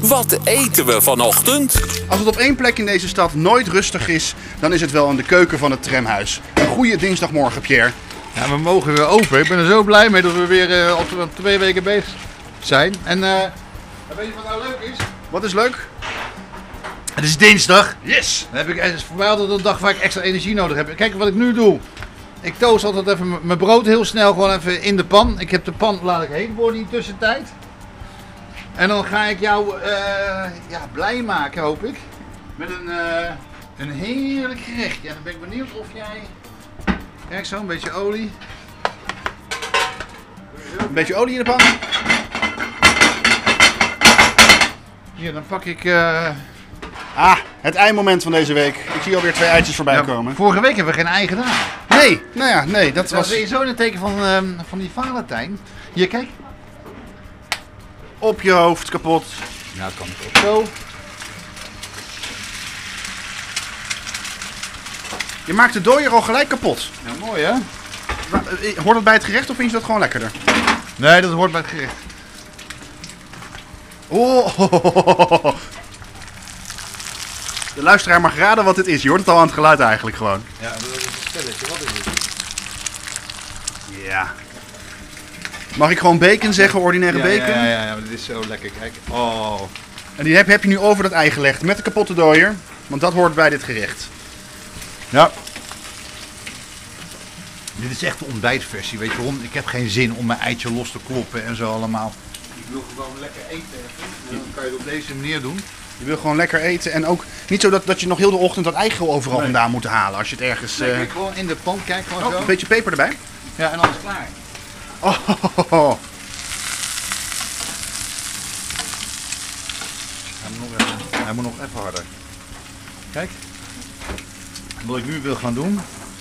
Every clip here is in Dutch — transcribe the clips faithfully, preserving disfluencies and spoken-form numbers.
Wat eten we vanochtend? Als het op één plek in deze stad nooit rustig is, dan is het wel in de keuken van het tramhuis. Een goede dinsdagmorgen, Pierre. Ja, we mogen weer open. Ik ben er zo blij mee dat we weer uh, al twee weken bezig zijn. En uh, weet je wat nou leuk is? Wat is leuk? Het is dinsdag. Yes! Dan heb ik, het is voor mij altijd een dag waar ik extra energie nodig heb. Kijk wat ik nu doe. Ik toast altijd even mijn brood heel snel gewoon even in de pan. Ik heb de pan, laat ik heen worden in de tussentijd. En dan ga ik jou uh, ja, blij maken, hoop ik. Met een, uh, een heerlijk gerechtje. En dan ben ik benieuwd of jij... Kijk zo, een beetje olie. Een beetje olie in de pan. Hier, dan pak ik... Uh... Ah, het eimoment van deze week. Ik zie alweer twee eitjes voorbij ja, komen. Vorige week hebben we geen ei gedaan. Nee, nou ja, nee, dat Dat was was weer zo in het teken van, uh, van die Valentijn. Hier, kijk. op je hoofd kapot. Nou, kan ik ook zo. Je maakt de dooier al gelijk kapot. Ja, mooi hè? Hoort dat bij het gerecht of vind je dat gewoon lekkerder? Nee, dat hoort bij het gerecht. Oh. De luisteraar mag raden wat dit is. Je hoort het al aan het geluid eigenlijk gewoon. Ja, dat is een spelletje. Wat is dit? Ja. Mag ik gewoon bacon zeggen, ordinaire Ja, bacon? ja, ja, ja, maar dit is zo lekker. Kijk. Oh. En die heb, heb je nu over dat ei gelegd met de kapotte dooier. Want dat hoort bij dit gerecht. Ja. Dit is echt de ontbijtversie. Weet je waarom? Ik heb geen zin om mijn eitje los te kloppen en zo allemaal. Ik wil gewoon lekker eten. En dan kan je het op deze manier doen. Je wil gewoon lekker eten en ook niet zo dat, dat je nog heel de ochtend dat eigeel overal Nee. vandaan moet halen als je het ergens... Nee, uh... kijk, gewoon in de pan, kijk gewoon Oh, zo. een beetje peper erbij. Ja, en dan is het klaar. Oh, oh, oh. Hij moet nog even, hij moet nog even harder. Kijk. Wat ik nu wil gaan doen.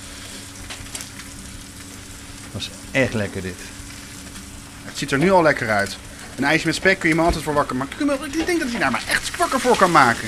Dat is echt lekker dit. Het ziet er nu al lekker uit. Een ijsje met spek kun je me altijd voor wakker maken. Ik denk dat je daar maar echt wakker voor kan maken.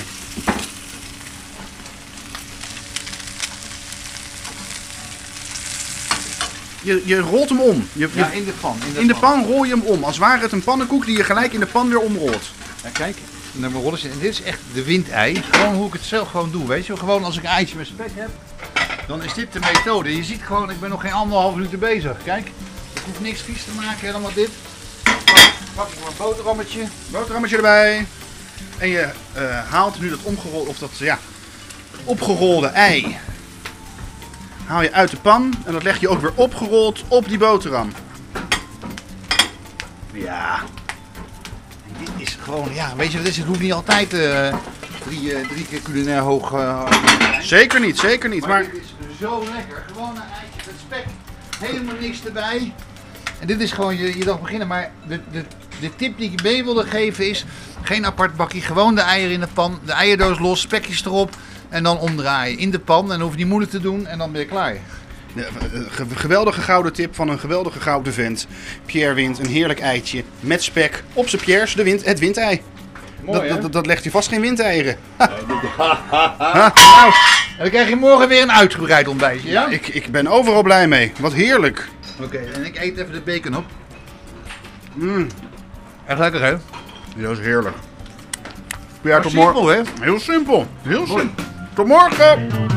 Je, je rolt hem om. Je, je, Ja, in de pan. In de, in de pan rol je hem om. Als ware het een pannenkoek die je gelijk in de pan weer omrolt. Ja, kijk, en dan rollen ze. En dit is echt de windei. Gewoon hoe ik het zelf gewoon doe, weet je. Gewoon als ik een eitje met spek heb, dan is dit de methode. Je ziet gewoon, ik ben nog geen anderhalf minuut bezig. Kijk, ik hoef niks vies te maken, helemaal dit. Pak ik mijn boterhammetje. Boterhammetje erbij. En je uh, haalt nu dat omgerolde, of dat ja, opgerolde ei. Haal je uit de pan en dat leg je ook weer opgerold op die boterham. Ja. Dit is gewoon, ja, weet je wat het is? Het hoeft niet altijd uh, drie, uh, drie keer culinair hoog uh, Zeker niet, zeker niet. Maar, Maar dit is zo lekker. Gewoon een eitje met spek. Helemaal niks erbij. En dit is gewoon je, je dag beginnen. Maar de, de, de tip die ik mee wilde geven is, geen apart bakje. Gewoon de eieren in de pan. De eierdoos los, spekjes erop. En dan omdraaien in de pan. En dan hoef je niet moeilijk te doen. En dan ben je klaar. de, ge- geweldige gouden tip van een geweldige gouden vent. Pierre wint een heerlijk eitje met spek op zijn Pierre's. De wind, het windei. Mooi, dat, dat, dat legt hij vast geen windeieren. Nou, en dan krijg je morgen weer een uitgebreid ontbijtje. Ja? Ik, ik ben overal blij mee. Wat heerlijk. Oké, en ik eet even de bacon op. Mm, Echt lekker, hè? dat is heerlijk. Pierre, tot Simpel, morgen. hè? Heel simpel. Heel simpel. Tot morgen.